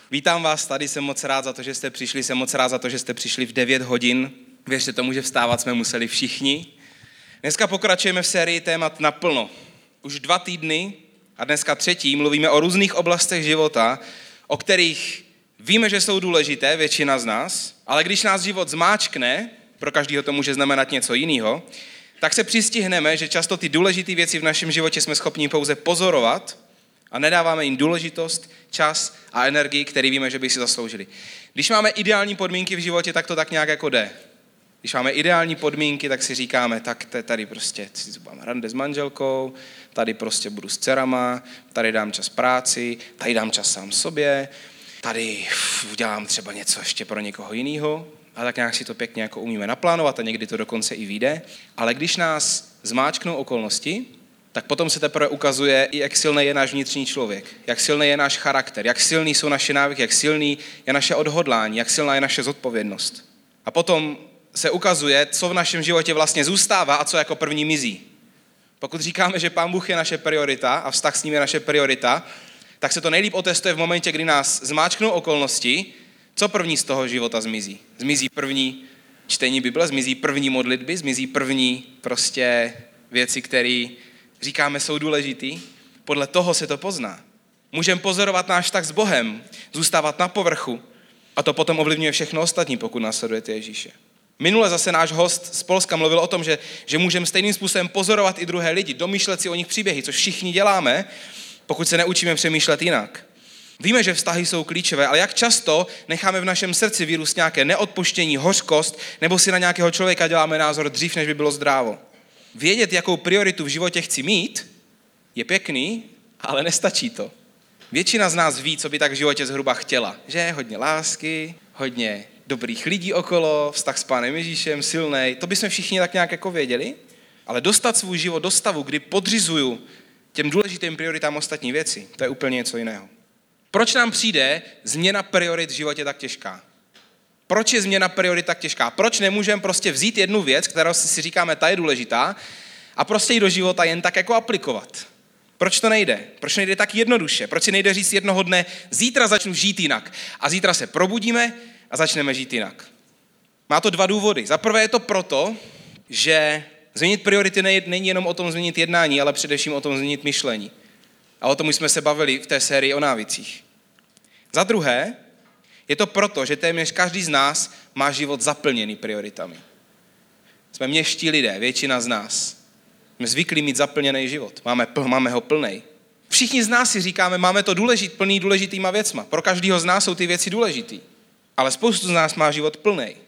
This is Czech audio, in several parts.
Vítám vás tady, jsem moc rád za to, že jste přišli, jsem moc rád za to, že jste přišli v 9 hodin. Věřte tomu, že vstávat jsme museli všichni. Dneska pokračujeme v sérii témat naplno. Už 2 týdny a dneska 3. mluvíme o různých oblastech života, o kterých víme, že jsou důležité, většina z nás, ale když nás život zmáčkne, pro každého to může znamenat něco jiného, tak se přistihneme, že často ty důležité věci v našem životě jsme schopni pouze pozorovat a nedáváme jim důležitost, čas a energii, který víme, že by si zasloužili. Když máme ideální podmínky v životě, tak to tak nějak jako jde. Když máme ideální podmínky, tak si říkáme, tak tady prostě si mám rande s manželkou, tady prostě budu s dcerama, tady dám čas práci, tady dám čas sám sobě, tady udělám třeba něco ještě pro někoho jiného. A tak nějak si to pěkně jako umíme naplánovat a někdy to dokonce i vyjde. Ale když nás zmáčknou okolnosti, tak potom se teprve ukazuje, jak silný je náš vnitřní člověk, jak silný je náš charakter, jak silný jsou naše návyky, jak silný je naše odhodlání, jak silná je naše zodpovědnost. A potom se ukazuje, co v našem životě vlastně zůstává a co jako první mizí. Pokud říkáme, že Pán Bůh je naše priorita a vztah s ním je naše priorita, tak se to nejlíp otestuje v momentě, kdy nás zmáčknou okolnosti, co první z toho života zmizí. Zmizí první čtení Bible, zmizí první modlitby, zmizí první prostě věci, které říkáme jsou důležitý. Podle toho se to pozná. Můžeme pozorovat náš vztah s Bohem, zůstávat na povrchu a to potom ovlivňuje všechno ostatní, pokud následujete Ježíše. Minule zase náš host z Polska mluvil o tom, že můžeme stejným způsobem pozorovat i druhé lidi, domýšlet si o nich příběhy, což všichni děláme, pokud se neučíme přemýšlet jinak. Víme, že vztahy jsou klíčové, ale jak často necháme v našem srdci vyrůst nějaké neodpuštění, hořkost, nebo si na nějakého člověka děláme názor dřív, než by bylo zdrávo. Vědět, jakou prioritu v životě chci mít, je pěkný, ale nestačí to. Většina z nás ví, co by tak v životě zhruba chtěla. Že hodně lásky, hodně dobrých lidí okolo, vztah s Pánem Ježíšem, silnej. To bychom všichni tak nějak jako věděli. Ale dostat svůj život do stavu, kdy podřizuju těm důležitým prioritám ostatní věci, to je úplně něco jiného. Proč nám přijde změna priorit v životě tak těžká? Proč je změna priorit tak těžká? Proč nemůžeme prostě vzít jednu věc, kterou si říkáme, ta je důležitá, a prostě ji do života jen tak jako aplikovat? Proč to nejde? Proč nejde tak jednoduše? Proč si nejde říct jednoho dne, zítra začnu žít jinak a zítra se probudíme a začneme žít jinak? Má to 2 důvody. Za prvé je to proto, že změnit priority není jenom o tom změnit jednání, ale především o tom změnit myšlení. A o tom už jsme se bavili v té sérii o návicích. Za druhé, je to proto, že téměř každý z nás má život zaplněný prioritami. Jsme městští lidé, většina z nás. Jsme zvyklí mít zaplněný život. Máme ho plnej. Všichni z nás si říkáme, máme to plný důležitýma věcma. Pro každého z nás jsou ty věci důležitý. Ale spoustu z nás má život plnej.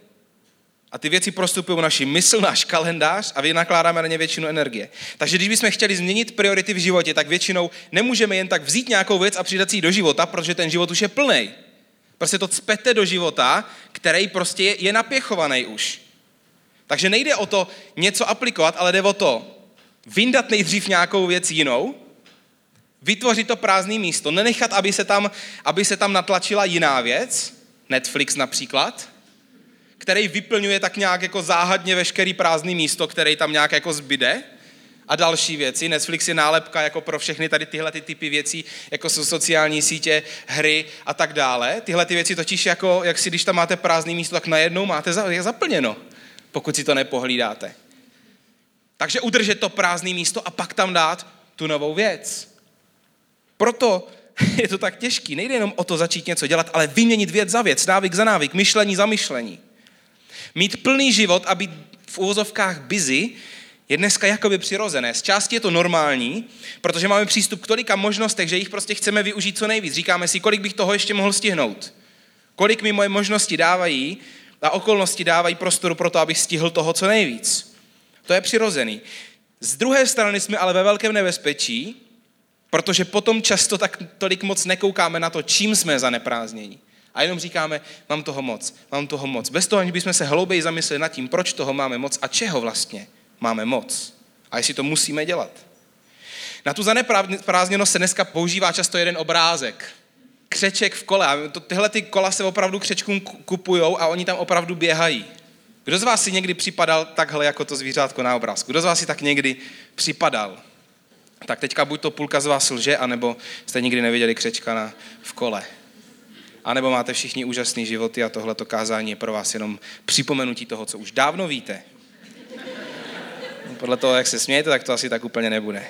A ty věci prostupují naši mysl, náš kalendář a vynakládáme na ně většinu energie. Takže když bychom chtěli změnit priority v životě, tak většinou nemůžeme jen tak vzít nějakou věc a přidat si ji do života, protože ten život už je plnej. Prostě to cpete do života, který prostě je napěchovaný už. Takže nejde o to něco aplikovat, ale jde o to vyndat nejdřív nějakou věc jinou, vytvořit to prázdné místo, nenechat, aby se tam natlačila jiná věc, Netflix například, který vyplňuje tak nějak jako záhadně veškerý prázdný místo, který tam nějak jako zbyde, a další věci. Netflix je nálepka jako pro všechny tady tyhle typy věcí, jako jsou sociální sítě, hry a tak dále. Tyhle ty věci totiž jako, jak si když tam máte prázdný místo, tak najednou máte zaplněno, pokud si to nepohlídáte. Takže udržet to prázdné místo a pak tam dát tu novou věc. Proto je to tak těžký. Nejde jenom o to začít něco dělat, ale vyměnit věc za věc, návyk za návyk, myšlení za myšlení. Mít plný život a být v uvozovkách busy je dneska jakoby přirozené. Z části je to normální, protože máme přístup k tolika možnostech, že jich prostě chceme využít co nejvíc. Říkáme si, kolik bych toho ještě mohl stihnout. Kolik mi moje možnosti dávají a okolnosti dávají prostoru pro to, abych stihl toho co nejvíc. To je přirozený. Z druhé strany jsme ale ve velkém nebezpečí, protože potom často tak tolik moc nekoukáme na to, čím jsme zaneprázdnění. A jenom říkáme, mám toho moc. Bez toho, aniž bychom se hlouběji zamysleli nad tím, proč toho máme moc a čeho vlastně máme moc. A jestli to musíme dělat. Na tu zaneprázdněnost se dneska používá často jeden obrázek. Křeček v kole. A tyhle ty kola se opravdu křečkům kupujou a oni tam opravdu běhají. Kdo z vás si někdy připadal takhle jako to zvířátko na obrázku? Kdo z vás si tak někdy připadal? Tak teďka buď to půlka z vás lže, anebo jste nikdy neviděli křečka v kole. anebo máte všichni úžasný životy a tohleto kázání je pro vás jenom připomenutí toho, co už dávno víte. Podle toho, jak se smějete, tak to asi tak úplně nebude.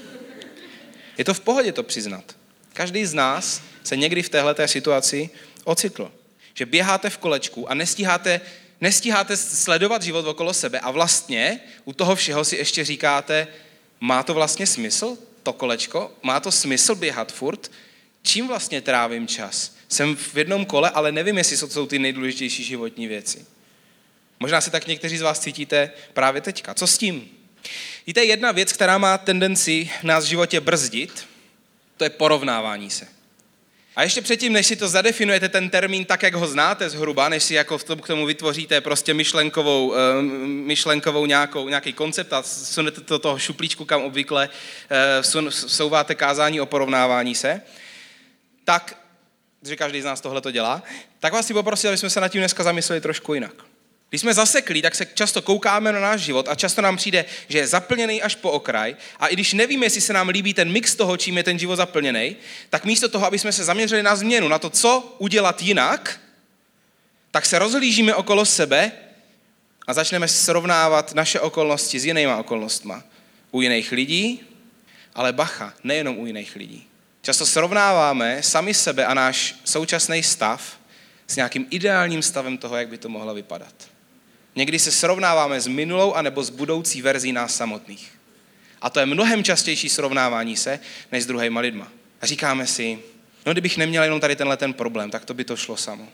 Je to v pohodě to přiznat. Každý z nás se někdy v téhleté situaci ocitl. Že běháte v kolečku a nestíháte sledovat život okolo sebe a vlastně u toho všeho si ještě říkáte, má to vlastně smysl, to kolečko? Má to smysl běhat furt? Čím vlastně trávím čas? Jsem v jednom kole, ale nevím, jestli to jsou ty nejdůležitější životní věci. Možná se tak někteří z vás cítíte právě teďka. Co s tím? Víte, jedna věc, která má tendenci nás v životě brzdit, to je porovnávání se. A ještě předtím, než si to zadefinujete, ten termín tak, jak ho znáte zhruba, než si jako k tomu vytvoříte prostě myšlenkovou nějaký koncept a sunete to toho šuplíčku, kam obvykle souváte kázání o porovnávání se, tak, že každý z nás tohle to dělá, tak vás si poprosil, aby jsme se nad tím dneska zamysleli trošku jinak. Když jsme zaseklí, tak se často koukáme na náš život a často nám přijde, že je zaplněný až po okraj a i když nevíme, jestli se nám líbí ten mix toho, čím je ten život zaplněný, tak místo toho, aby jsme se zaměřili na změnu, na to, co udělat jinak, tak se rozhlížíme okolo sebe a začneme srovnávat naše okolnosti s jinýma okolnostma. U jiných lidí, ale bacha, nejenom u jiných lidí. Často srovnáváme sami sebe a náš současný stav s nějakým ideálním stavem toho, jak by to mohlo vypadat. Někdy se srovnáváme s minulou anebo s budoucí verzí nás samotných. A to je mnohem častější srovnávání se, než s druhýma lidma. A říkáme si, no kdybych neměl jenom tady ten problém, tak to by to šlo samo.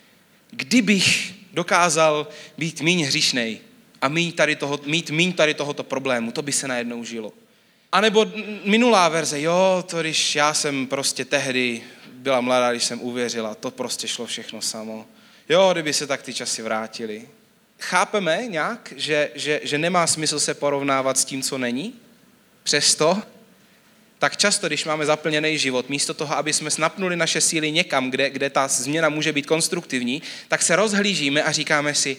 Kdybych dokázal být míň hříšnej a mít míň tady tohoto problému, to by se najednou žilo. A nebo minulá verze, jo, to když já jsem prostě tehdy byla mladá, když jsem uvěřila, to prostě šlo všechno samo. Jo, kdyby se tak ty časy vrátily. Chápeme nějak, že nemá smysl se porovnávat s tím, co není? Přesto, tak často, když máme zaplněný život, místo toho, aby jsme snapnuli naše síly někam, kde ta změna může být konstruktivní, tak se rozhlížíme a říkáme si,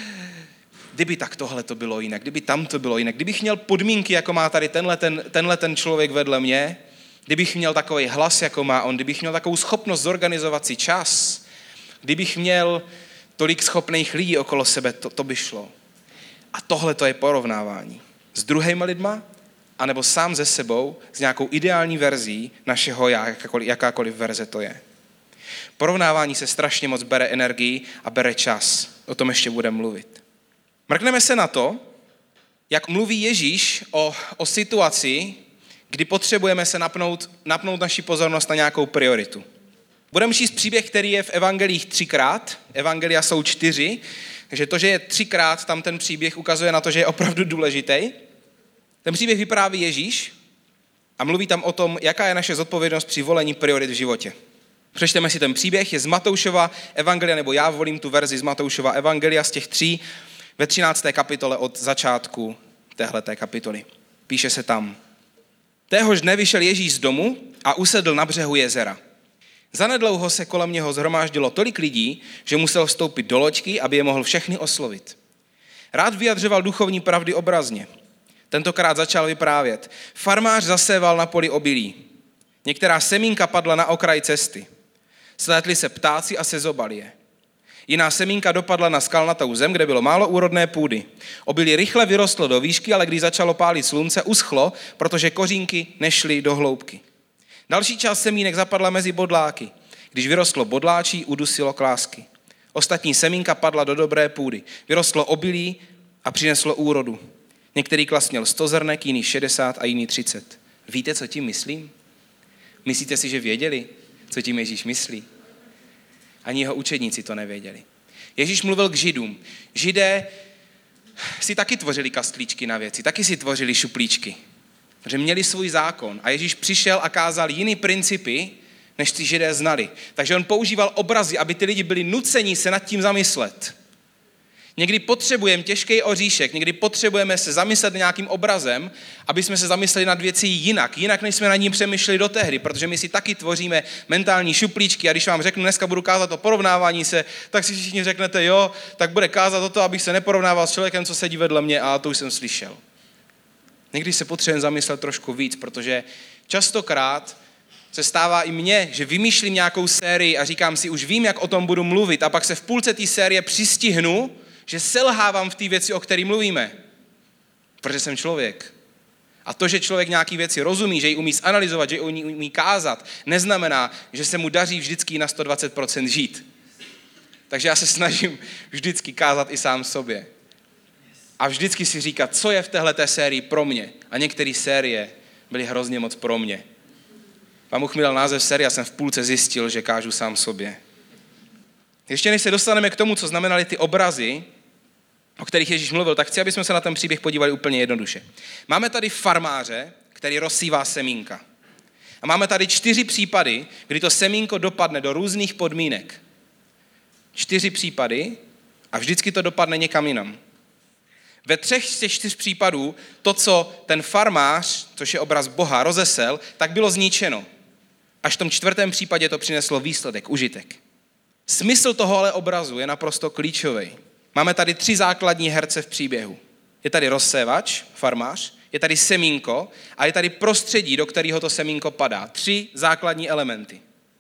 kdyby tak tohle to bylo jinak, kdyby tam to bylo jinak, kdybych měl podmínky, jako má tady tenhle ten člověk vedle mě, kdybych měl takový hlas, jako má on, kdybych měl takovou schopnost zorganizovat si čas, kdybych měl tolik schopných lidí okolo sebe, to by šlo. A tohle to je porovnávání. S druhýma lidma, anebo sám ze sebou, s nějakou ideální verzí našeho já, jakákoliv verze to je. Porovnávání se strašně moc bere energii a bere čas. O tom ještě budeme mluvit. Mrkneme se na to, jak mluví Ježíš o situaci, kdy potřebujeme se napnout naši pozornost na nějakou prioritu. Budeme číst příběh, který je v evangelích 3krát. Evangelia jsou 4, takže to, že je 3krát tam ten příběh, ukazuje na to, že je opravdu důležitý. Ten příběh vypráví Ježíš a mluví tam o tom, jaká je naše zodpovědnost při volení priorit v životě. Přečteme si ten příběh, je z Matoušova evangelia, nebo já volím tu verzi z Matoušova evangelia z těch 3 ve 13. kapitole od začátku téhleté kapitoly. Píše se tam. Téhož dne vyšel Ježíš z domu a usedl na břehu jezera. Zanedlouho se kolem něho shromáždilo tolik lidí, že musel vstoupit do loďky, aby je mohl všechny oslovit. Rád vyjadřoval duchovní pravdy obrazně. Tentokrát začal vyprávět. Farmář zaséval na poli obilí. Některá semínka padla na okraj cesty. Slétli se ptáci a sezobali je. Jiná semínka dopadla na skalnatou zem, kde bylo málo úrodné půdy. Obilí rychle vyrostlo do výšky, ale když začalo pálit slunce, uschlo, protože kořínky nešly do hloubky. Další část semínek zapadla mezi bodláky. Když vyrostlo bodláčí, udusilo klásky. Ostatní semínka padla do dobré půdy. Vyrostlo obilí a přineslo úrodu. Některý klas měl 100 zrnek, jiný 60 a jiný 30. Víte, co tím myslím? Myslíte si, že věděli, co tím Ježíš myslí? Ani jeho učedníci to nevěděli. Ježíš mluvil k Židům. Židé si taky tvořili kastlíčky na věci, taky si tvořili šuplíčky. Protože měli svůj zákon a Ježíš přišel a kázal jiný principy, než ty Židé znali. Takže on používal obrazy, aby ty lidi byli nuceni se nad tím zamyslet. Někdy potřebujeme těžký oříšek, někdy potřebujeme se zamyslet nějakým obrazem, aby jsme se zamysleli nad věcí jinak než jsme nad ním přemýšleli do tehdy, protože my si taky tvoříme mentální šuplíčky a když vám řeknu, dneska budu kázat o porovnávání se, tak si všichni řeknete, jo, tak bude kázat o to, abych se neporovnával s člověkem, co sedí vedle mě a to už jsem slyšel. Někdy se potřebujeme zamyslet trošku víc, protože častokrát se stává i mně, že vymýšlím nějakou sérii a říkám si, už vím, jak o tom budu mluvit a pak se v půlce té série přistihnu, že selhávám v té věci, o které mluvíme. Protože jsem člověk. A to, že člověk nějaký věci rozumí, že ji umí zanalyzovat, že ji umí kázat, neznamená, že se mu daří vždycky na 120% žít. Takže já se snažím vždycky kázat i sám sobě. A vždycky si říkat, co je v téhleté sérii pro mě. A některé série byly hrozně moc pro mě. Pán Bůh mi dal název série a jsem v půlce zjistil, že kážu sám sobě. Ještě než se dostaneme k tomu, co znamenaly ty obrazy, o kterých Ježíš mluvil, tak chci, aby jsme se na ten příběh podívali úplně jednoduše. Máme tady farmáře, který rozsívá semínka. A máme tady 4 případy, kdy to semínko dopadne do různých podmínek. 4 případy a vždycky to dopadne někam jinam. Ve 3 z těch 4 případů to, co ten farmář, což je obraz Boha, rozesel, tak bylo zničeno. Až v tom 4. případě to přineslo výsledek, užitek. Smysl toho ale obrazu je naprosto klíčový. Máme tady 3 základní herce v příběhu. Je tady rozsévač, farmář, je tady semínko a je tady prostředí, do kterého to semínko padá. 3 základní elementy.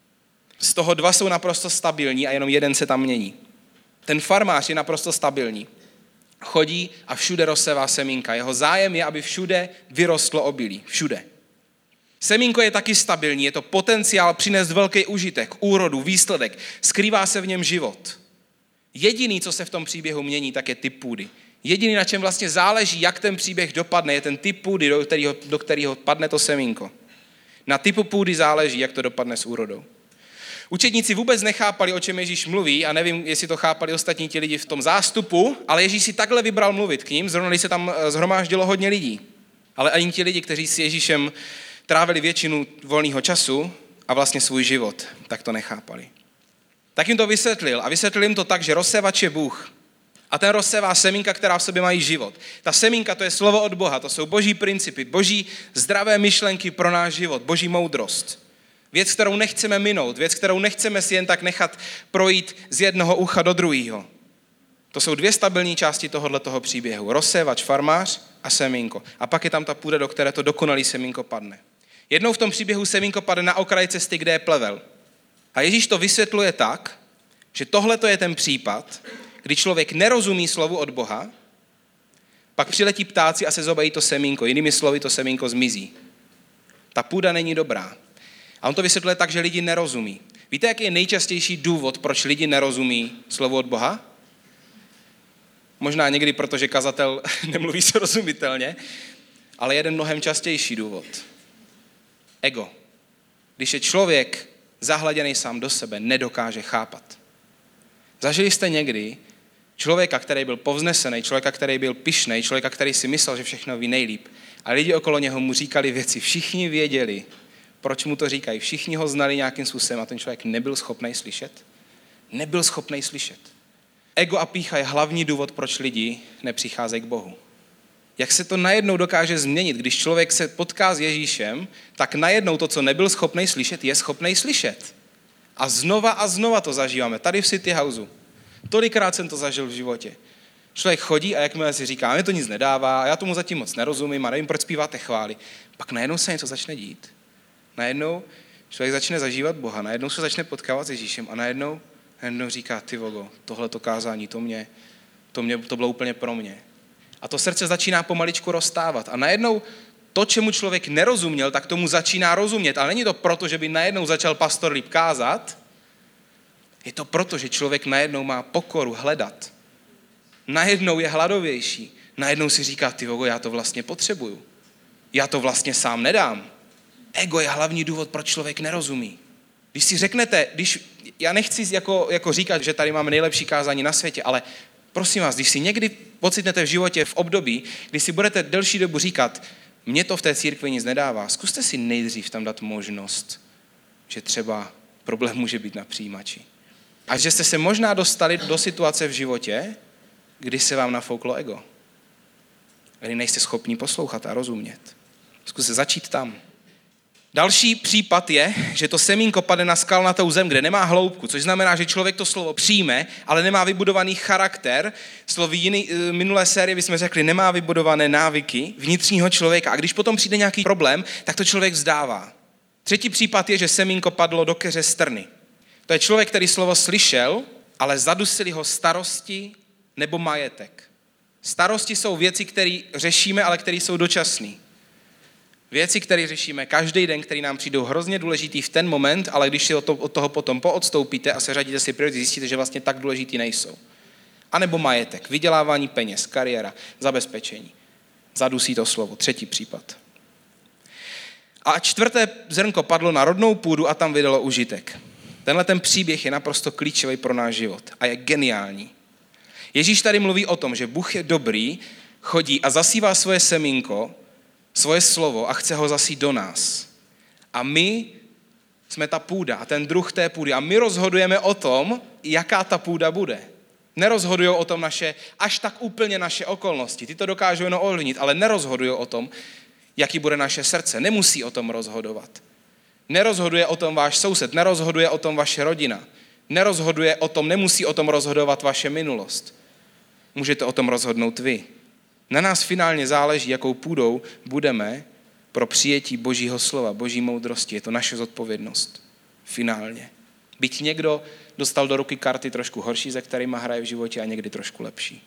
Z toho 2 jsou naprosto stabilní a jenom jeden se tam mění. Ten farmář je naprosto stabilní. Chodí a všude rozsévá semínka. Jeho zájem je, aby všude vyrostlo obilí. Všude. Semínko je taky stabilní, je to potenciál přinést velký užitek, úrodu, výsledek. Skrývá se v něm život. Jediný, co se v tom příběhu mění, tak je typ půdy. Jediný, na čem vlastně záleží, jak ten příběh dopadne, je ten typ půdy, do kterého padne to semínko. Na typu půdy záleží, jak to dopadne s úrodou. Učedníci vůbec nechápali, o čem Ježíš mluví a nevím, jestli to chápali ostatní ti lidi v tom zástupu, ale Ježíš si takhle vybral mluvit k ním, zrovna když se tam shromáždilo hodně lidí. Ale ani ti lidi, kteří s Ježíšem trávili většinu volného času a vlastně svůj život, tak to nechápali. Tak jim to vysvětlil a vysvětlil jim to tak, že rozsévač je Bůh. A ten rozsévá semínka, která v sobě mají život. Ta semínka, to je slovo od Boha, to jsou boží principy, boží zdravé myšlenky pro náš život, boží moudrost. Věc, kterou nechceme minout, věc, kterou nechceme si jen tak nechat projít z jednoho ucha do druhého. To jsou 2 stabilní části tohoto příběhu. Rozsévač, farmář a semínko. A pak je tam ta půda, do které to dokonalý semínko padne. Jednou v tom příběhu semínko padne na okraj cesty, kde je plevel. A Ježíš to vysvětluje tak, že tohle je ten případ, kdy člověk nerozumí slovu od Boha, pak přiletí ptáci a se zobají to semínko. Jinými slovy to semínko zmizí. Ta půda není dobrá. A on to vysvětluje tak, že lidi nerozumí. Víte, jaký je nejčastější důvod, proč lidi nerozumí slovu od Boha? Možná někdy, protože kazatel nemluví srozumitelně, ale jeden mnohem častější důvod. Ego. Když je člověk zahleděný sám do sebe, nedokáže chápat. Zažili jste někdy člověka, který byl povznesený, člověka, který byl pyšnej, člověka, který si myslel, že všechno ví nejlíp. A lidi okolo něho mu říkali věci, všichni věděli, proč mu to říkají, všichni ho znali nějakým způsobem a ten člověk nebyl schopný slyšet. Nebyl schopný slyšet. Ego a pýcha je hlavní důvod, proč lidi nepřicházejí k Bohu. Jak se to najednou dokáže změnit, když člověk se potká s Ježíšem, tak najednou to, co nebyl schopný slyšet, je schopný slyšet. A znova to zažíváme. Tady v City Houseu. Tolikrát jsem to zažil v životě. Člověk chodí a jakmile si říká, mě to nic nedává, a já tomu zatím moc nerozumím a nevím, proč zpíváte chvály. Pak najednou se něco začne dít. Najednou člověk začne zažívat Boha, najednou se začne potkávat s Ježíšem a najednou říká, ty vogo, tohleto kázání, to bylo úplně pro mě. A to srdce začíná pomaličku rozstávat. A najednou to, čemu člověk nerozuměl, tak tomu začíná rozumět. Ale není to proto, že by najednou začal pastor líp kázat. Je to proto, že člověk najednou má pokoru hledat. Najednou je hladovější. Najednou si říká, ty vogo, já to vlastně potřebuju. Já to vlastně sám nedám. Ego je hlavní důvod, proč člověk nerozumí. Když si řeknete, já nechci jako říkat, že tady máme nejlepší kázání na světě, ale prosím vás, když si někdy pocitnete v životě v období, kdy si budete delší dobu říkat, mně to v té církvi nic nedává, zkuste si nejdřív tam dát možnost, že třeba problém může být na přijímači. A že jste se možná dostali do situace v životě, kdy se vám nafouklo ego. Kdy nejste schopni poslouchat a rozumět. Zkuste začít tam. Další případ je, že to semínko padne na skalnatou zem, kde nemá hloubku, což znamená, že člověk to slovo přijme, ale nemá vybudovaný charakter. Minulé série bychom řekli, nemá vybudované návyky vnitřního člověka. A když potom přijde nějaký problém, tak to člověk vzdává. Třetí případ je, že semínko padlo do keře strny. To je člověk, který slovo slyšel, ale zadusili ho starosti nebo majetek. Starosti jsou věci, které řešíme, ale které jsou dočasné. Věci, které řešíme každý den, které nám přijdou hrozně důležitý v ten moment, ale když si od toho potom poodstoupíte a seřadíte si priority, zjistíte, že vlastně tak důležitý nejsou. A nebo majetek, vydělávání peněz, kariéra, zabezpečení. Zadusí to slovo. Třetí případ. A čtvrté zrnko padlo na rodnou půdu a tam vydalo užitek. Tenhle ten příběh je naprosto klíčový pro náš život a je geniální. Ježíš tady mluví o tom, že Bůh je dobrý, chodí a zasívá svoje semínko, svoje slovo a chce ho zasít do nás. A my jsme ta půda a ten druh té půdy a my rozhodujeme o tom, jaká ta půda bude. Nerozhodují o tom až tak úplně naše okolnosti. Ty to dokážou jenom ovlivnit, ale nerozhodují o tom, jaký bude naše srdce. Nemusí o tom rozhodovat. Nerozhoduje o tom váš soused, nerozhoduje o tom vaše rodina. Nemusí o tom rozhodovat vaše minulost. Můžete o tom rozhodnout vy. Na nás finálně záleží, jakou půdou budeme pro přijetí Božího slova, Boží moudrosti. Je to naše zodpovědnost. Finálně. Byť někdo dostal do ruky karty trošku horší, ze kterýma hraje v životě a někdy trošku lepší.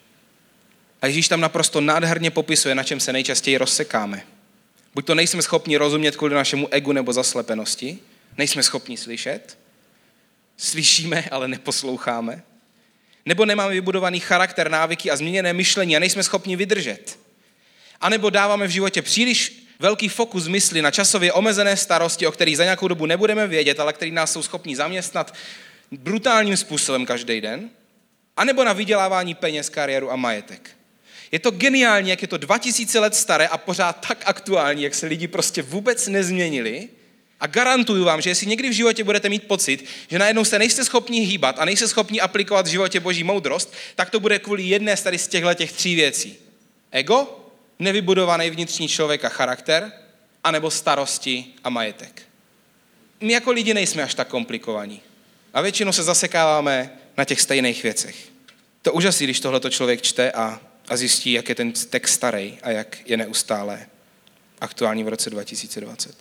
A Ježíš tam naprosto nádherně popisuje, na čem se nejčastěji rozsekáme. Buď to nejsme schopni rozumět kvůli našemu egu nebo zaslepenosti, nejsme schopni slyšet, slyšíme, ale neposloucháme, nebo nemáme vybudovaný charakter, návyky a změněné myšlení a nejsme schopni vydržet. A nebo dáváme v životě příliš velký fokus mysli na časově omezené starosti, o kterých za nějakou dobu nebudeme vědět, ale který nás jsou schopni zaměstnat brutálním způsobem každý den, a nebo na vydělávání peněz, kariéru a majetek. Je to geniální, jak je to 2000 let staré a pořád tak aktuální, jak se lidi prostě vůbec nezměnili. A garantuju vám, že jestli někdy v životě budete mít pocit, že najednou se nejste schopni hýbat a nejste schopni aplikovat v životě Boží moudrost, tak to bude kvůli jedné z tady z těch tří věcí. Ego, nevybudovaný vnitřní člověk a charakter, anebo starosti a majetek. My jako lidi nejsme až tak komplikovaní. A většinou se zasekáváme na těch stejných věcech. To úžasí, když tohleto člověk čte a zjistí, jak je ten text starý a jak je neustále aktuální v roce 2020.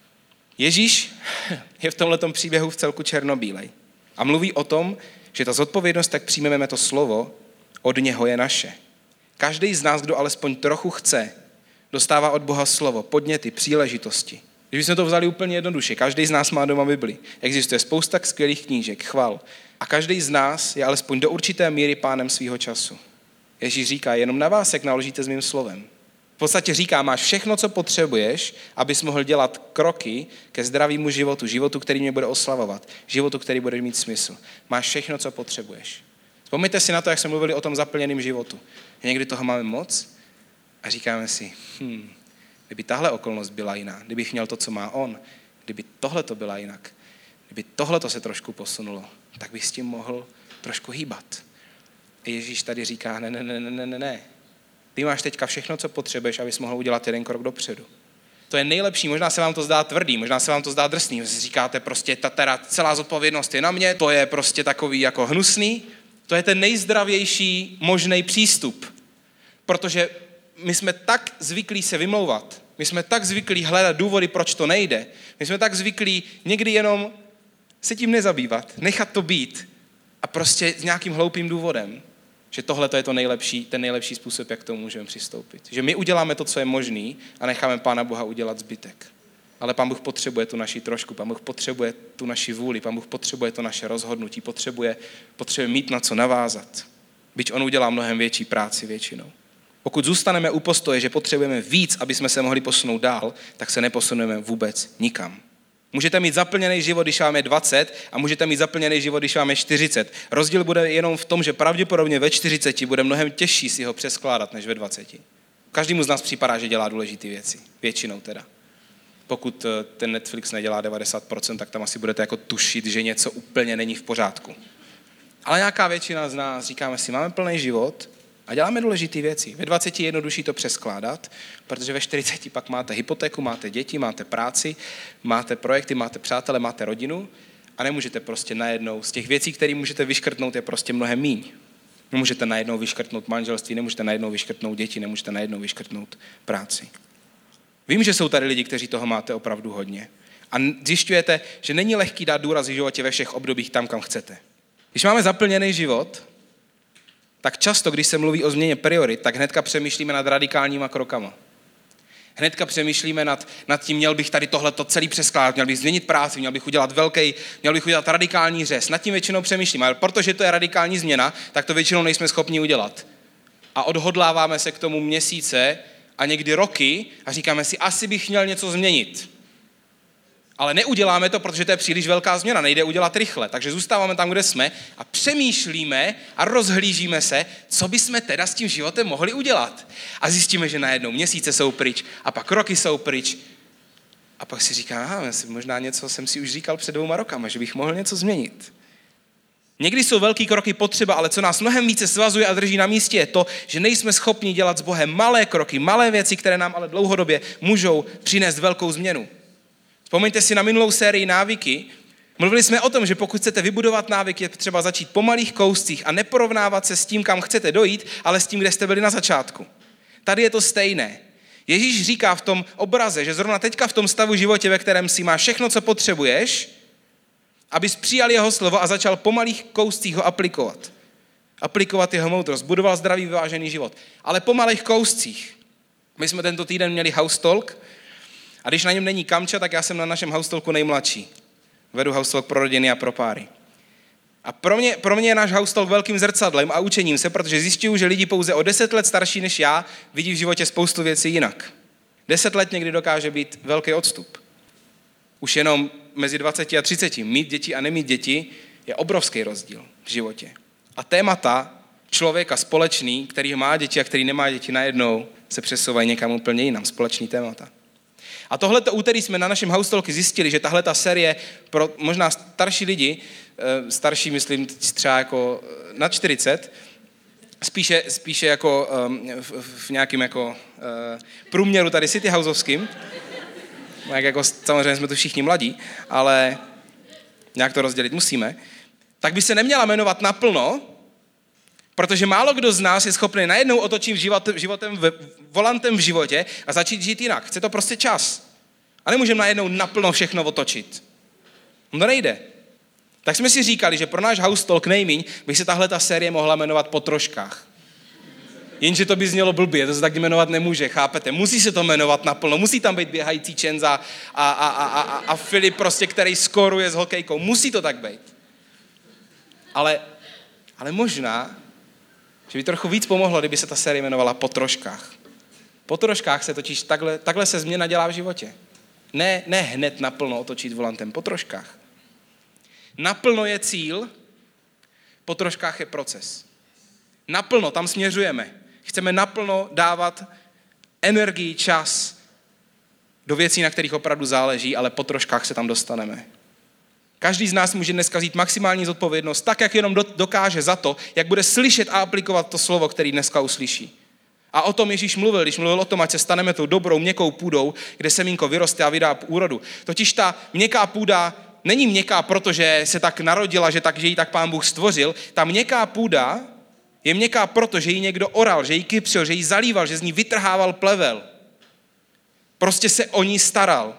Ježíš je v tomhletom příběhu v celku černobílej a mluví o tom, že ta zodpovědnost, tak přijmeme to slovo, od něho je naše. Každý z nás, kdo alespoň trochu chce, dostává od Boha slovo, podněty, příležitosti. Když jsme to vzali úplně jednoduše, každý z nás má doma Bibli. Existuje spousta skvělých knížek, chval. A každý z nás je alespoň do určité míry pánem svýho času. Ježíš říká, jenom na vás, jak naložíte s mým slovem. V podstatě říká, máš všechno, co potřebuješ, abys mohl dělat kroky ke zdravému životu, životu, který mě bude oslavovat, životu, který bude mít smysl. Máš všechno, co potřebuješ. Vzpomeňte si na to, jak jsme mluvili o tom zaplněném životu. Někdy toho máme moc a říkáme si, kdyby tahle okolnost byla jiná, kdybych měl to, co má on, kdyby tohle to byla jinak, kdyby tohle to se trošku posunulo, tak bych s tím mohl trošku hýbat. A Ježíš tady říká, ne. Ty máš teďka všechno, co potřebuješ, abys mohl udělat jeden krok dopředu. To je nejlepší, možná se vám to zdá tvrdý, možná se vám to zdá drsný, že si říkáte prostě, celá zodpovědnost je na mě, to je prostě takový jako hnusný. To je ten nejzdravější možný přístup, protože my jsme tak zvyklí se vymlouvat, my jsme tak zvyklí hledat důvody, proč to nejde, my jsme tak zvyklí někdy jenom se tím nezabývat, nechat to být a prostě s nějakým hloupým důvodem, že tohle je ten nejlepší způsob, jak k tomu můžeme přistoupit. Že my uděláme to, co je možný a necháme Pána Boha udělat zbytek. Ale Pán Bůh potřebuje tu naši trošku, Pán Bůh potřebuje tu naši vůli, Pán Bůh potřebuje to naše rozhodnutí, potřebuje mít na co navázat. Byť on udělá mnohem větší práci většinou. Pokud zůstaneme u postoje, že potřebujeme víc, aby jsme se mohli posunout dál, tak se neposuneme vůbec nikam. Můžete mít zaplněný život, když máme 20 a můžete mít zaplněný život, když máme 40. Rozdíl bude jenom v tom, že pravděpodobně ve 40 bude mnohem těžší si ho přeskládat než ve 20. Každému z nás připadá, že dělá důležité věci. Většinou teda. Pokud ten Netflix nedělá 90%, tak tam asi budete jako tušit, že něco úplně není v pořádku. Ale nějaká většina z nás říkáme si, máme plný život a děláme důležité věci. Ve 20 je jednodušší to přeskládat, protože ve 40 pak máte hypotéku, máte děti, máte práci, máte projekty, máte přátele, máte rodinu a nemůžete prostě najednou z těch věcí, které můžete vyškrtnout, je prostě mnohem míň. Nemůžete najednou vyškrtnout manželství, nemůžete najednou vyškrtnout děti, nemůžete najednou vyškrtnout práci. Vím, že jsou tady lidi, kteří toho máte opravdu hodně. A zjišťujete, že není lehký dát důraz v životě ve všech obdobích tam, kam chcete. Když máme zaplněný život, tak často, když se mluví o změně priorit, tak hnedka přemýšlíme nad radikálníma krokama. Hnedka přemýšlíme nad tím, měl bych tady tohleto celý přeskládat, měl bych změnit práci, měl bych udělat radikální řez. Nad tím většinou přemýšlíme, ale protože to je radikální změna, tak to většinou nejsme schopni udělat. A odhodláváme se k tomu měsíce a někdy roky a říkáme si, asi bych měl něco změnit. Ale neuděláme to, protože to je příliš velká změna, nejde udělat rychle. Takže zůstáváme tam, kde jsme a přemýšlíme a rozhlížíme se, co bychom teda s tím životem mohli udělat. A zjistíme, že najednou měsíce jsou pryč a pak roky jsou pryč. A pak si říkám, možná něco jsem si už říkal před 2 rokama, že bych mohl něco změnit. Někdy jsou velký kroky potřeba, ale co nás mnohem více svazuje a drží na místě je to, že nejsme schopni dělat s Bohem malé kroky, malé věci, které nám ale dlouhodobě můžou přinést velkou změnu. Vzpomeňte si na minulou sérii návyky. Mluvili jsme o tom, že pokud chcete vybudovat návyk, je třeba začít po malých kouscích a neporovnávat se s tím, kam chcete dojít, ale s tím, kde jste byli na začátku. Tady je to stejné. Ježíš říká v tom obraze, že zrovna teďka v tom stavu životě, ve kterém si máš všechno, co potřebuješ, abys přijal jeho slovo a začal po malých kouscích ho aplikovat. Aplikovat jeho moudrost, budoval zdravý, vyvážený život. Ale po malých kouscích. My jsme tento týden měli house talk a když na něm není Kamča, tak já jsem na našem house talku nejmladší. Vedu house talk pro rodiny a pro páry. A pro mě je náš house talk velkým zrcadlem a učením se, protože zjišťuju, že lidi pouze o 10 let starší než já vidí v životě spoustu věcí jinak. 10 let někdy dokáže být velký odstup. Už jenom mezi 20 a 30. Mít děti a nemít děti je obrovský rozdíl v životě. A témata člověka společný, který má děti a který nemá děti, najednou se přesouvají někam úplně jinam. Společný témata. A tohleto úterý jsme na našem house talku zjistili, že tahleta série pro možná starší lidi, starší myslím třeba jako nad 40, spíše jako v nějakém jako průměru tady city houseovským, jako samozřejmě jsme tu všichni mladí, ale nějak to rozdělit musíme, tak by se neměla jmenovat naplno, protože málo kdo z nás je schopný najednou otočit volantem v životě a začít žít jinak. Chce to prostě čas. A nemůžeme najednou naplno všechno otočit. To nejde. Tak jsme si říkali, že pro náš house talk nejmíň by se tahle ta série mohla jmenovat Po troškách. Jenže to by znělo blbě, to se tak jmenovat nemůže, chápete? Musí se to jmenovat naplno, musí tam být běhající Čenza a Filip prostě, který skoruje s hokejkou. Musí to tak být. Ale možná, že by trochu víc pomohlo, kdyby se ta série jmenovala Po troškách. Po troškách se totiž takhle se změna dělá v životě. Ne hned naplno otočit volantem, po troškách. Naplno je cíl, po troškách je proces. Naplno, tam směřujeme. Chceme naplno dávat energii, čas do věcí, na kterých opravdu záleží, ale po troškách se tam dostaneme. Každý z nás může dneska vzít maximální zodpovědnost, tak, jak jenom dokáže za to, jak bude slyšet a aplikovat to slovo, který dneska uslyší. A o tom Ježíš mluvil, když mluvil o tom, ať se staneme tou dobrou, měkkou půdou, kde semínko vyroste a vydá úrodu. Totiž ta měkká půda není měkká, protože se tak narodila, že ji tak Pán Bůh stvořil. Ta měkká půda je měkká proto, že ji někdo oral, že ji kypřil, že ji zalíval, že z ní vytrhával plevel. Prostě se o ní staral.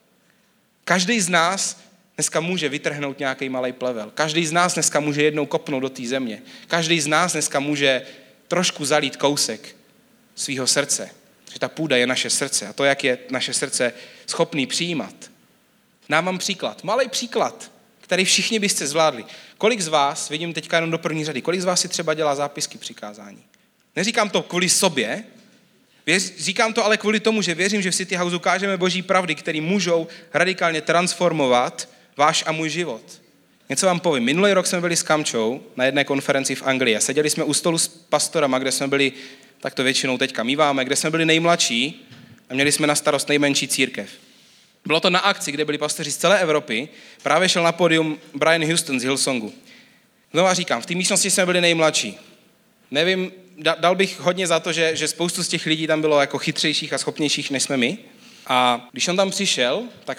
Každý z nás dneska může vytrhnout nějaký malej plevel. Každý z nás dneska může jednou kopnout do té země. Každý z nás dneska může trošku zalít kousek svýho srdce. Že ta půda je naše srdce a to, jak je naše srdce schopný přijímat. Dávám příklad, malý příklad, který všichni byste zvládli. Kolik z vás, vidím teďka jenom do první řady, kolik z vás si třeba dělá zápisky přikázání? Neříkám to kvůli sobě, říkám to ale kvůli tomu, že věřím, že v City House ukážeme boží pravdy, které můžou radikálně transformovat váš a můj život. Něco vám povím. Minulý rok jsme byli s Kamčou na jedné konferenci v Anglii a seděli jsme u stolu s pastorama, kde jsme byli, tak to většinou teďka míváme, kde jsme byli nejmladší a měli jsme na starost nejmenší církev. Bylo to na akci, kde byli pastoři z celé Evropy, právě šel na pódium Brian Houston z Hillsongu. Znovu říkám, v té místnosti jsme byli nejmladší. Nevím, dal bych hodně za to, že spoustu z těch lidí tam bylo jako chytřejších a schopnějších, než jsme my. A když on tam přišel, tak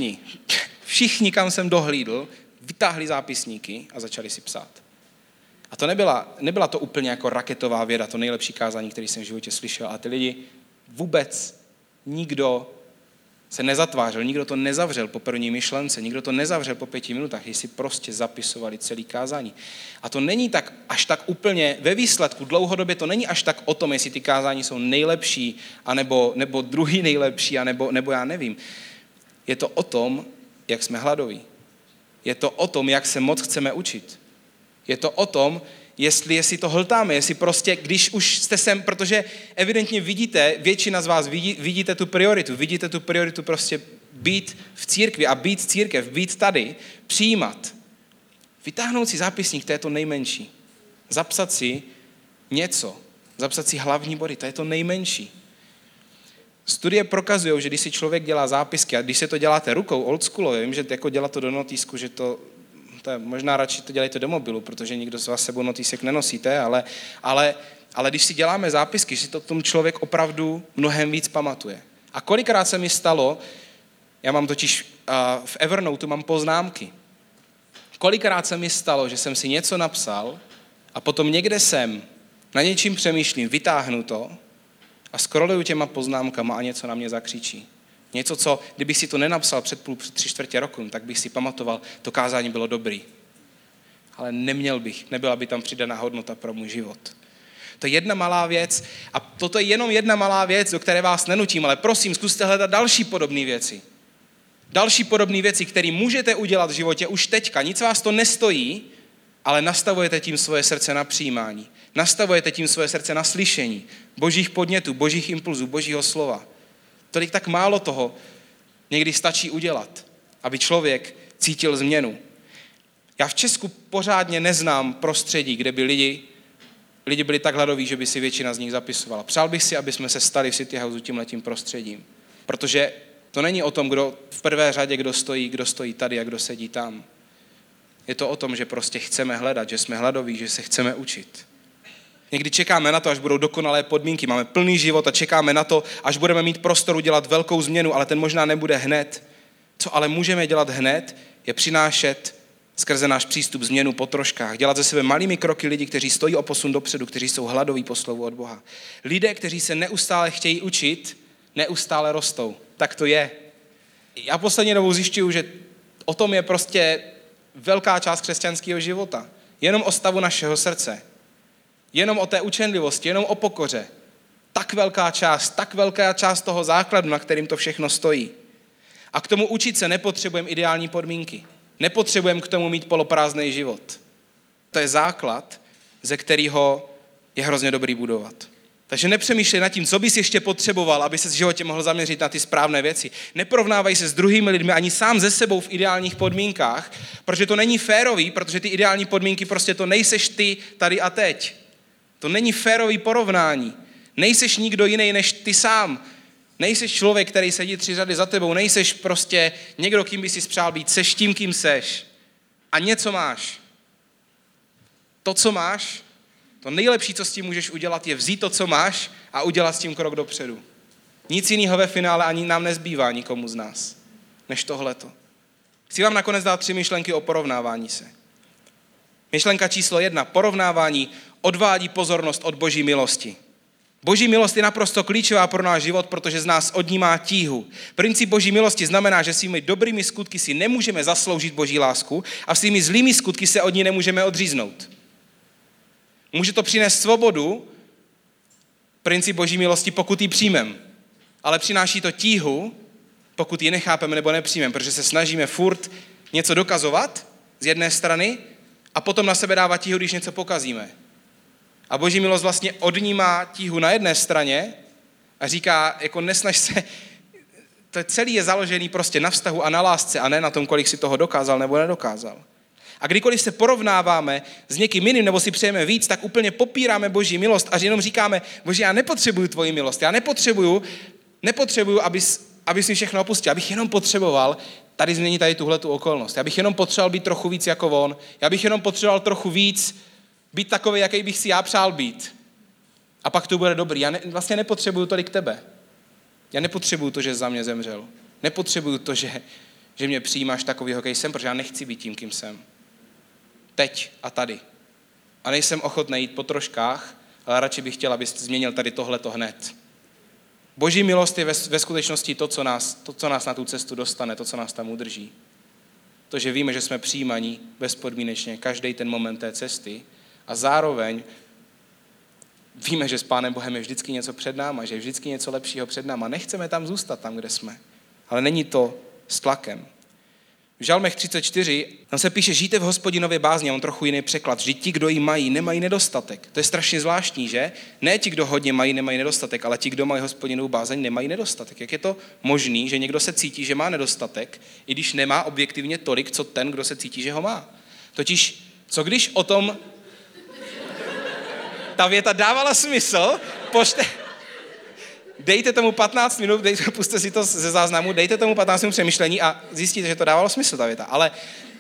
všichni, kam jsem dohlídl, vytáhli zápisníky a začali si psát. A to nebyla to úplně jako raketová věda, to nejlepší kázání, který jsem v životě slyšel. A ty lidi vůbec nikdo se nezatvářel, nikdo to nezavřel po první myšlence, nikdo to nezavřel po 5 minutách, když si prostě zapisovali celý kázání. A to není tak až tak úplně ve výsledku, dlouhodobě to není až tak o tom, jestli ty kázání jsou nejlepší, nebo druhý nejlepší, nebo já nevím. Je to o tom, jak jsme hladoví. Je to o tom, jak se moc chceme učit. Je to o tom, jestli to hltáme, jestli prostě, když už jste sem, protože evidentně vidíte, většina z vás vidíte tu prioritu prostě být v církvi a být církev, být tady, přijímat. Vytáhnout si zápisník, to je to nejmenší. Zapsat si něco, zapsat si hlavní body, to je to nejmenší. Studie prokazují, že když si člověk dělá zápisky a když se to děláte rukou, oldschoolově, vím, že jako dělat to do notýsku, že to je, možná radši to dělejte do mobilu, protože nikdo z vás sebou notýsek nenosíte, ale když si děláme zápisky, že si to tomu člověk opravdu mnohem víc pamatuje. A kolikrát se mi stalo, já mám totiž v Evernoteu mám poznámky. Kolikrát se mi stalo, že jsem si něco napsal a potom někde jsem, na něčím přemýšlím, vytáhnu to a scrolluju těma poznámkama a něco na mě zakřičí. Něco, co, kdybych si to nenapsal před 3/4 roku, tak bych si pamatoval, to kázání bylo dobrý. Ale nebyla by tam přidaná hodnota pro můj život. To je jedna malá věc a toto je jenom jedna malá věc, do které vás nenutím, ale prosím, zkuste hledat další podobné věci. Další podobné věci, které můžete udělat v životě už teďka. Nic vás to nestojí, ale nastavujete tím svoje srdce na přijímání. Nastavujete tím svoje srdce na slyšení božích podnětů, božích impulzů, božího slova. Tolik tak málo toho někdy stačí udělat, aby člověk cítil změnu. Já v Česku pořádně neznám prostředí, kde by lidi byli tak hladoví, že by si většina z nich zapisovala. Přál bych si, aby jsme se stali v City Houseu tímhletím prostředím. Protože to není o tom, kdo v prvé řadě, kdo stojí tady a kdo sedí tam. Je to o tom, že prostě chceme hledat, že jsme hladoví, že se chceme učit. Někdy čekáme na to, až budou dokonalé podmínky, máme plný život a čekáme na to, až budeme mít prostor udělat velkou změnu, ale ten možná nebude hned. Co ale můžeme dělat hned, je přinášet skrze náš přístup změnu po troškách, dělat ze sebe malými kroky lidi, kteří stojí o posun dopředu, kteří jsou hladoví po slovu od Boha. Lidé, kteří se neustále chtějí učit, neustále rostou. Tak to je. Já poslední dobou zjišťuju, že o tom je prostě velká část křesťanského života. Jenom o stavu našeho srdce. Jenom o té učenlivosti, jenom o pokoře. Tak velká část toho základu, na kterým to všechno stojí. A k tomu učit se nepotřebujeme ideální podmínky. Nepotřebujeme k tomu mít poloprázdný život. To je základ, ze kterého je hrozně dobrý budovat. Takže nepřemýšlej nad tím, co bys ještě potřeboval, aby se v životě mohl zaměřit na ty správné věci. Neporovnávaj se s druhými lidmi ani sám ze sebou v ideálních podmínkách, protože to není férový, protože ty ideální podmínky prostě to nejseš ty tady a teď. To není férový porovnání. Nejseš nikdo jiný než ty sám. Nejseš člověk, který sedí 3 řady za tebou. Nejseš prostě někdo, kým by si přál být. Seš tím, kým seš. A něco máš. To, co máš, to nejlepší, co s tím můžeš udělat, je vzít to, co máš a udělat s tím krok dopředu. Nic jiného ve finále ani nám nezbývá nikomu z nás, než tohleto. Chci vám nakonec dát 3 myšlenky o porovnávání se. Myšlenka číslo 1. Porovnávání odvádí pozornost od boží milosti. Boží milost je naprosto klíčová pro náš život, protože z nás odnímá tíhu. Princip boží milosti znamená, že svými dobrými skutky si nemůžeme zasloužit boží lásku a svými zlými skutky se od ní nemůžeme odříznout. Může to přinést svobodu, princip boží milosti, pokud ji přijmeme. Ale přináší to tíhu, pokud ji nechápeme nebo nepřijmeme, protože se snažíme furt něco dokazovat z jedné strany a potom na sebe dávat tíhu, když něco pokazíme. A boží milost vlastně odnímá tíhu na jedné straně a říká, jako nesnaž se, to celý je založený prostě na vztahu a na lásce a ne na tom, kolik si toho dokázal nebo nedokázal. A kdykoliv se porovnáváme s někým jiným nebo si přejeme víc, tak úplně popíráme boží milost a jenom říkáme, bože, já nepotřebuju tvoji milost, já nepotřebuju, abys mi všechno opustil, já bych jenom potřeboval tady změnit tady tuhletu okolnost. Já bych jenom potřeboval být trochu víc jako on, já bych jenom potřeboval trochu víc být takový, jaký bych si já přál být. A pak to bude dobrý. Já vlastně nepotřebuju tolik tebe. Já nepotřebuju to, že za mě zemřel. Nepotřebuju to, že mě přijímáš takovýho, jaký jsem, protože já nechci být tím, kým jsem. Teď a tady. A nejsem ochotný jít po troškách, ale radši bych chtěl, abys změnil tady tohleto hned. Boží milost je ve skutečnosti to, co nás na tu cestu dostane, to, co nás tam udrží. To, že víme, že jsme přijímaní bezpodmínečně každý ten moment té cesty a zároveň víme, že s Pánem Bohem je vždycky něco před náma, že je vždycky něco lepšího před náma. Nechceme tam zůstat, tam, kde jsme. Ale není to s tlakem. V Žalmech 34, tam se píše, žijte v Hospodinově bázni, a on trochu jiný překlad. Vždyť ti, kdo ji mají, nemají nedostatek. To je strašně zvláštní, že? Ne ti, kdo hodně mají, nemají nedostatek, ale ti, kdo mají Hospodinovou bázeň, nemají nedostatek. Jak je to možný, že někdo se cítí, že má nedostatek, i když nemá objektivně tolik, co ten, kdo se cítí, že ho má? Totiž, co když o tom ta věta dávala smysl, dejte tomu 15 minut, pusťte si to ze záznamu, dejte tomu 15 minut přemýšlení a zjistíte, že to dávalo smysl, ta věta. Ale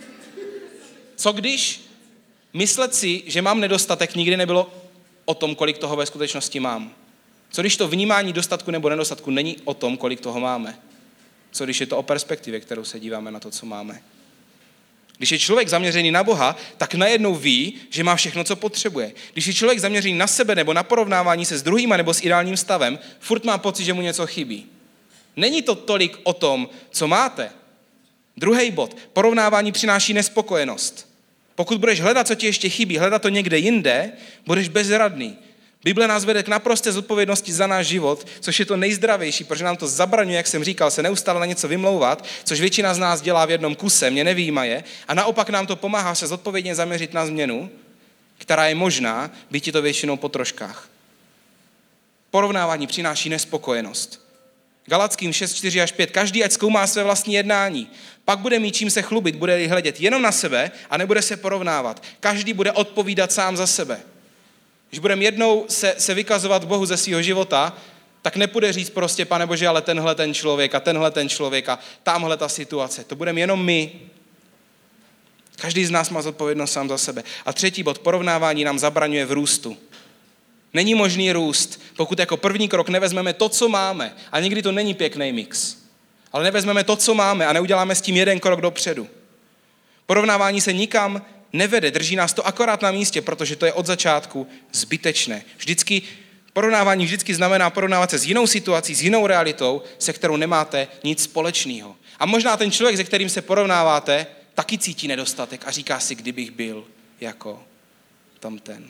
co když myslet si, že mám nedostatek, nikdy nebylo o tom, kolik toho ve skutečnosti mám? Co když to vnímání dostatku nebo nedostatku není o tom, kolik toho máme? Co když je to o perspektivě, kterou se díváme na to, co máme? Když je člověk zaměřený na Boha, tak najednou ví, že má všechno, co potřebuje. Když je člověk zaměřený na sebe nebo na porovnávání se s druhýma nebo s ideálním stavem, furt má pocit, že mu něco chybí. Není to tolik o tom, co máte. Druhý bod. Porovnávání přináší nespokojenost. Pokud budeš hledat, co ti ještě chybí, hledat to někde jinde, budeš bezradný. Bible nás vede k naprosté zodpovědnosti za náš život, což je to nejzdravější, protože nám to zabraňuje, jak jsem říkal, se neustále na něco vymlouvat, což většina z nás dělá v jednom kuse, mě nevyjímaje, a naopak nám to pomáhá se zodpovědně zaměřit na změnu, která je možná, být to většinou po troškách. Porovnávání přináší nespokojenost. Galackým 6, 4 až 5. Každý ať zkoumá své vlastní jednání. Pak bude mít čím se chlubit, bude hledět jenom na sebe a nebude se porovnávat. Každý bude odpovídat sám za sebe. Když budeme jednou se vykazovat Bohu ze svého života, tak nepůjde říct prostě, Pane Bože, ale tenhle ten člověk a tamhle ta situace. To budeme jenom my. Každý z nás má zodpovědnost sám za sebe. A třetí bod, porovnávání nám zabraňuje v růstu. Není možný růst, pokud jako první krok nevezmeme to, co máme. A někdy to není pěkný mix. Ale nevezmeme to, co máme a neuděláme s tím jeden krok dopředu. Porovnávání se nikam nevede, drží nás to akorát na místě, protože to je od začátku zbytečné. Porovnávání vždycky znamená porovnávat se s jinou situací, s jinou realitou, se kterou nemáte nic společného. A možná ten člověk, se kterým se porovnáváte, taky cítí nedostatek a říká si, kdybych byl jako tamten.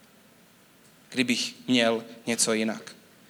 Kdybych měl něco jinak.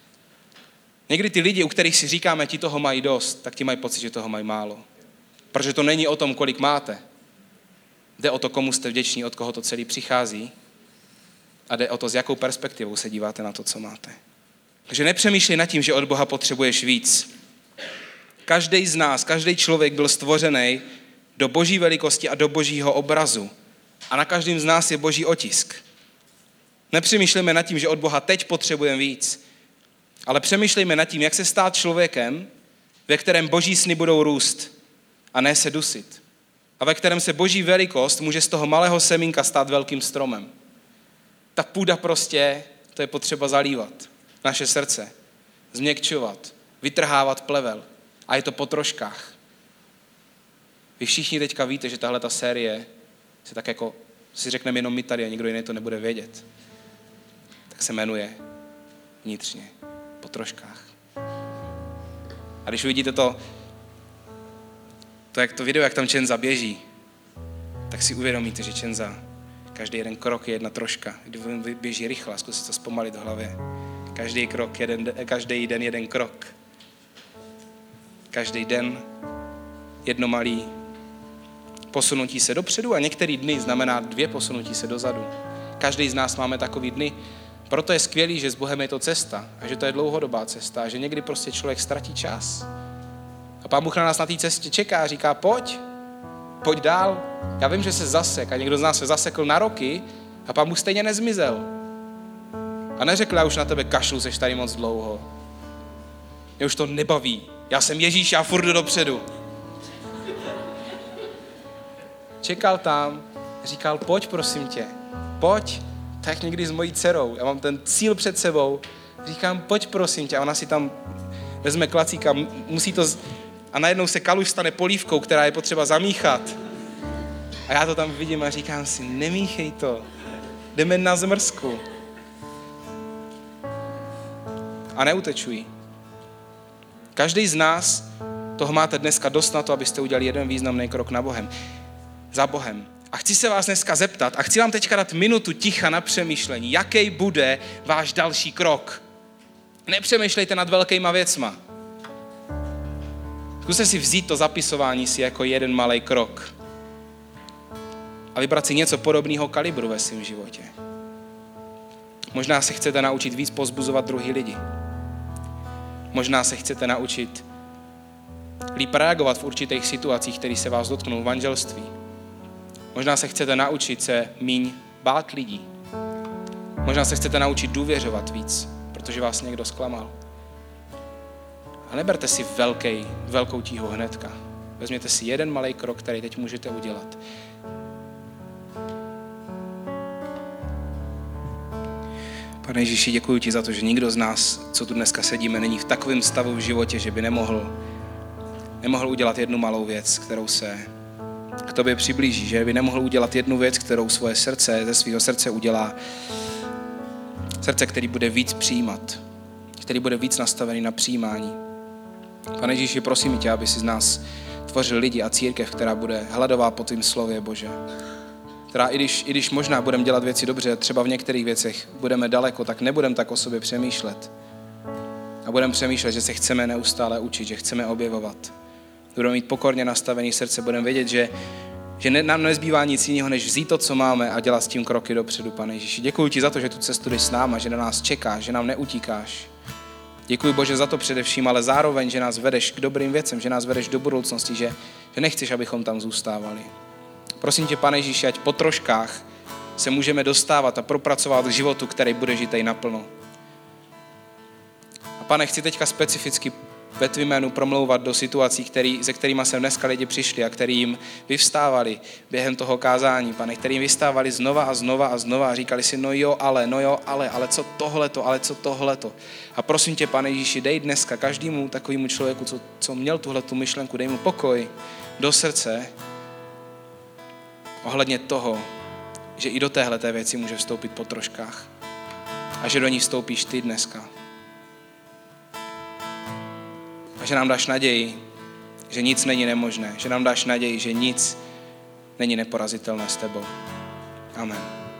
Někdy ty lidi, u kterých si říkáme, ti toho mají dost, tak ti mají pocit, že toho mají málo. Protože to není o tom, kolik máte. Jde o to, komu jste vděční, od koho to celý přichází a jde o to, s jakou perspektivou se díváte na to, co máte. Takže nepřemýšlej nad tím, že od Boha potřebuješ víc. Každý z nás, každý člověk byl stvořený do boží velikosti a do božího obrazu. A na každém z nás je boží otisk. Nepřemýšlejme nad tím, že od Boha teď potřebujeme víc, ale přemýšlejme nad tím, jak se stát člověkem, ve kterém boží sny budou růst a ne se dusit. A ve kterém se boží velikost může z toho malého semínka stát velkým stromem. Ta půda prostě, to je potřeba zalívat. Naše srdce. Změkčovat. Vytrhávat plevel. A je to po troškách. Vy všichni teďka víte, že tahle ta série se tak jako si řekneme jenom my tady a nikdo jiný to nebude vědět. Tak se jmenuje Vnitřně. Po troškách. A když uvidíte to jak to video, jak tam Čenza běží, tak si uvědomíte, že Čenza každý jeden krok je jedna troška. Když běží rychle, zkusit to zpomalit v hlavě. Každý den jeden krok. Každý den jedno malý posunutí se dopředu a některý dny znamená 2 posunutí se dozadu. Každý z nás máme takový dny. Proto je skvělý, že s Bohem je to cesta a že to je dlouhodobá cesta a že někdy prostě člověk ztratí čas. A Pán Bůh na nás na té cestě čeká a říká, pojď dál. Já vím, že se zasek a někdo z nás se zasekl na roky a Pán Bůh stejně nezmizel. A neřekl, já už na tebe kašlu, seš tady moc dlouho. Mě už to nebaví. Já jsem Ježíš, já furt jdu dopředu. Čekal tam, říkal, pojď prosím tě, pojď. Tak někdy s mojí dcerou, já mám ten cíl před sebou, říkám, pojď prosím tě. A ona si tam vezme klacíka, musí to... A najednou se kaluž stane polívkou, která je potřeba zamíchat. A já to tam vidím a říkám si, nemíchej to. Jdeme na zmrzku. A neutečuj. Každý z nás toho máte dneska dost na to, abyste udělali jeden významný krok za Bohem. A chci se vás dneska zeptat a chci vám teďka dát minutu ticha na přemýšlení, jaký bude váš další krok. Nepřemýšlejte nad velkýma věcma. Zkuste si vzít to zapisování si jako jeden malý krok a vybrat si něco podobného kalibru ve svém životě. Možná se chcete naučit víc povzbuzovat druhý lidi. Možná se chcete naučit líp reagovat v určitých situacích, které se vás dotknou v manželství. Možná se chcete naučit se míň bát lidí. Možná se chcete naučit důvěřovat víc, protože vás někdo zklamal. A neberte si velkou tíhu hnedka. Vezměte si jeden malý krok, který teď můžete udělat. Pane Ježíši, děkuji ti za to, že nikdo z nás, co tu dneska sedíme, není v takovém stavu v životě, že by nemohl udělat jednu malou věc, kterou se k tobě přiblíží, že by nemohl udělat jednu věc, kterou ze svého srdce udělá srdce, který bude víc přijímat, který bude víc nastavený na přijímání. Pane Ježíši, prosím tě, aby si z nás tvořil lidi a církev, která bude hladová po tvým slově, Bože. Která i když možná budeme dělat věci dobře, třeba v některých věcech budeme daleko, tak nebudeme tak o sobě přemýšlet. A budeme přemýšlet, že se chceme neustále učit, že chceme objevovat. Budeme mít pokorně nastavený srdce, budeme vědět, že nám nezbývá nic jiného, než vzít to, co máme a dělat s tím kroky dopředu, Pane Ježíši. Děkuji ti za to, že tu cestu jdeš s náma, že na nás čekáš, že nám neutíkáš. Děkuji, Bože, za to především, ale zároveň, že nás vedeš k dobrým věcem, že nás vedeš do budoucnosti, že nechceš, abychom tam zůstávali. Prosím tě, Pane Ježíši, ať po troškách se můžeme dostávat a propracovat k životu, který bude žitej naplno. A Pane, chci teďka specificky ve tvým jménu promlouvat do situací, se kterými sem dneska lidi přišli a kterým vyvstávali během toho kázání, Pane, kterým vyvstávali znova a říkali si, no jo, ale co tohleto. A prosím tě, Pane Ježíši, dej dneska každému takovému člověku, co měl tuhletu myšlenku, dej mu pokoj do srdce ohledně toho, že i do téhleté věci může vstoupit po troškách a že do ní vstoupíš ty dneska. A že nám dáš naději, že nic není nemožné, že nám dáš naději, že nic není neporazitelné s tebou. Amen.